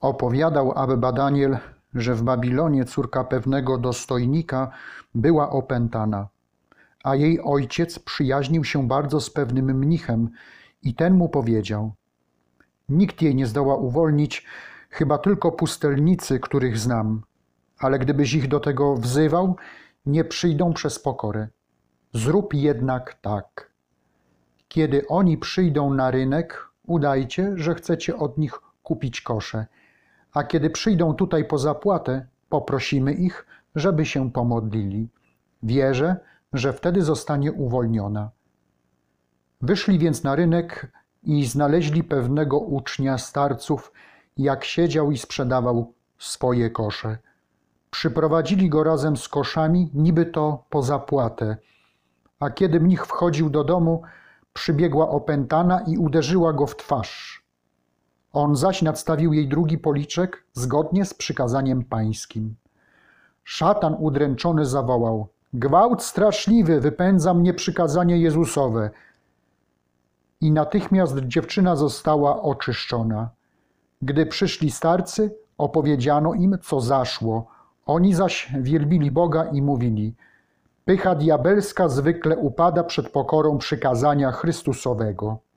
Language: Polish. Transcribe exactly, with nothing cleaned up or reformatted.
Opowiadał Abba Daniel, że w Babilonie córka pewnego dostojnika była opętana, a jej ojciec przyjaźnił się bardzo z pewnym mnichem i ten mu powiedział: nikt jej nie zdoła uwolnić, chyba tylko pustelnicy, których znam, ale gdybyś ich do tego wzywał, nie przyjdą przez pokorę. Zrób jednak tak. Kiedy oni przyjdą na rynek, udajcie, że chcecie od nich kupić koszę, a kiedy przyjdą tutaj po zapłatę, poprosimy ich, żeby się pomodlili. Wierzę, że wtedy zostanie uwolniona. Wyszli więc na rynek i znaleźli pewnego ucznia starców, jak siedział i sprzedawał swoje kosze. Przyprowadzili go razem z koszami, niby to po zapłatę. A kiedy mnich wchodził do domu, przybiegła opętana i uderzyła go w twarz. On zaś nadstawił jej drugi policzek zgodnie z przykazaniem pańskim. Szatan udręczony zawołał: gwałt straszliwy wypędza mnie przykazanie Jezusowe. I natychmiast dziewczyna została oczyszczona. Gdy przyszli starcy, opowiedziano im, co zaszło. Oni zaś wielbili Boga i mówili: pycha diabelska zwykle upada przed pokorą przykazania Chrystusowego.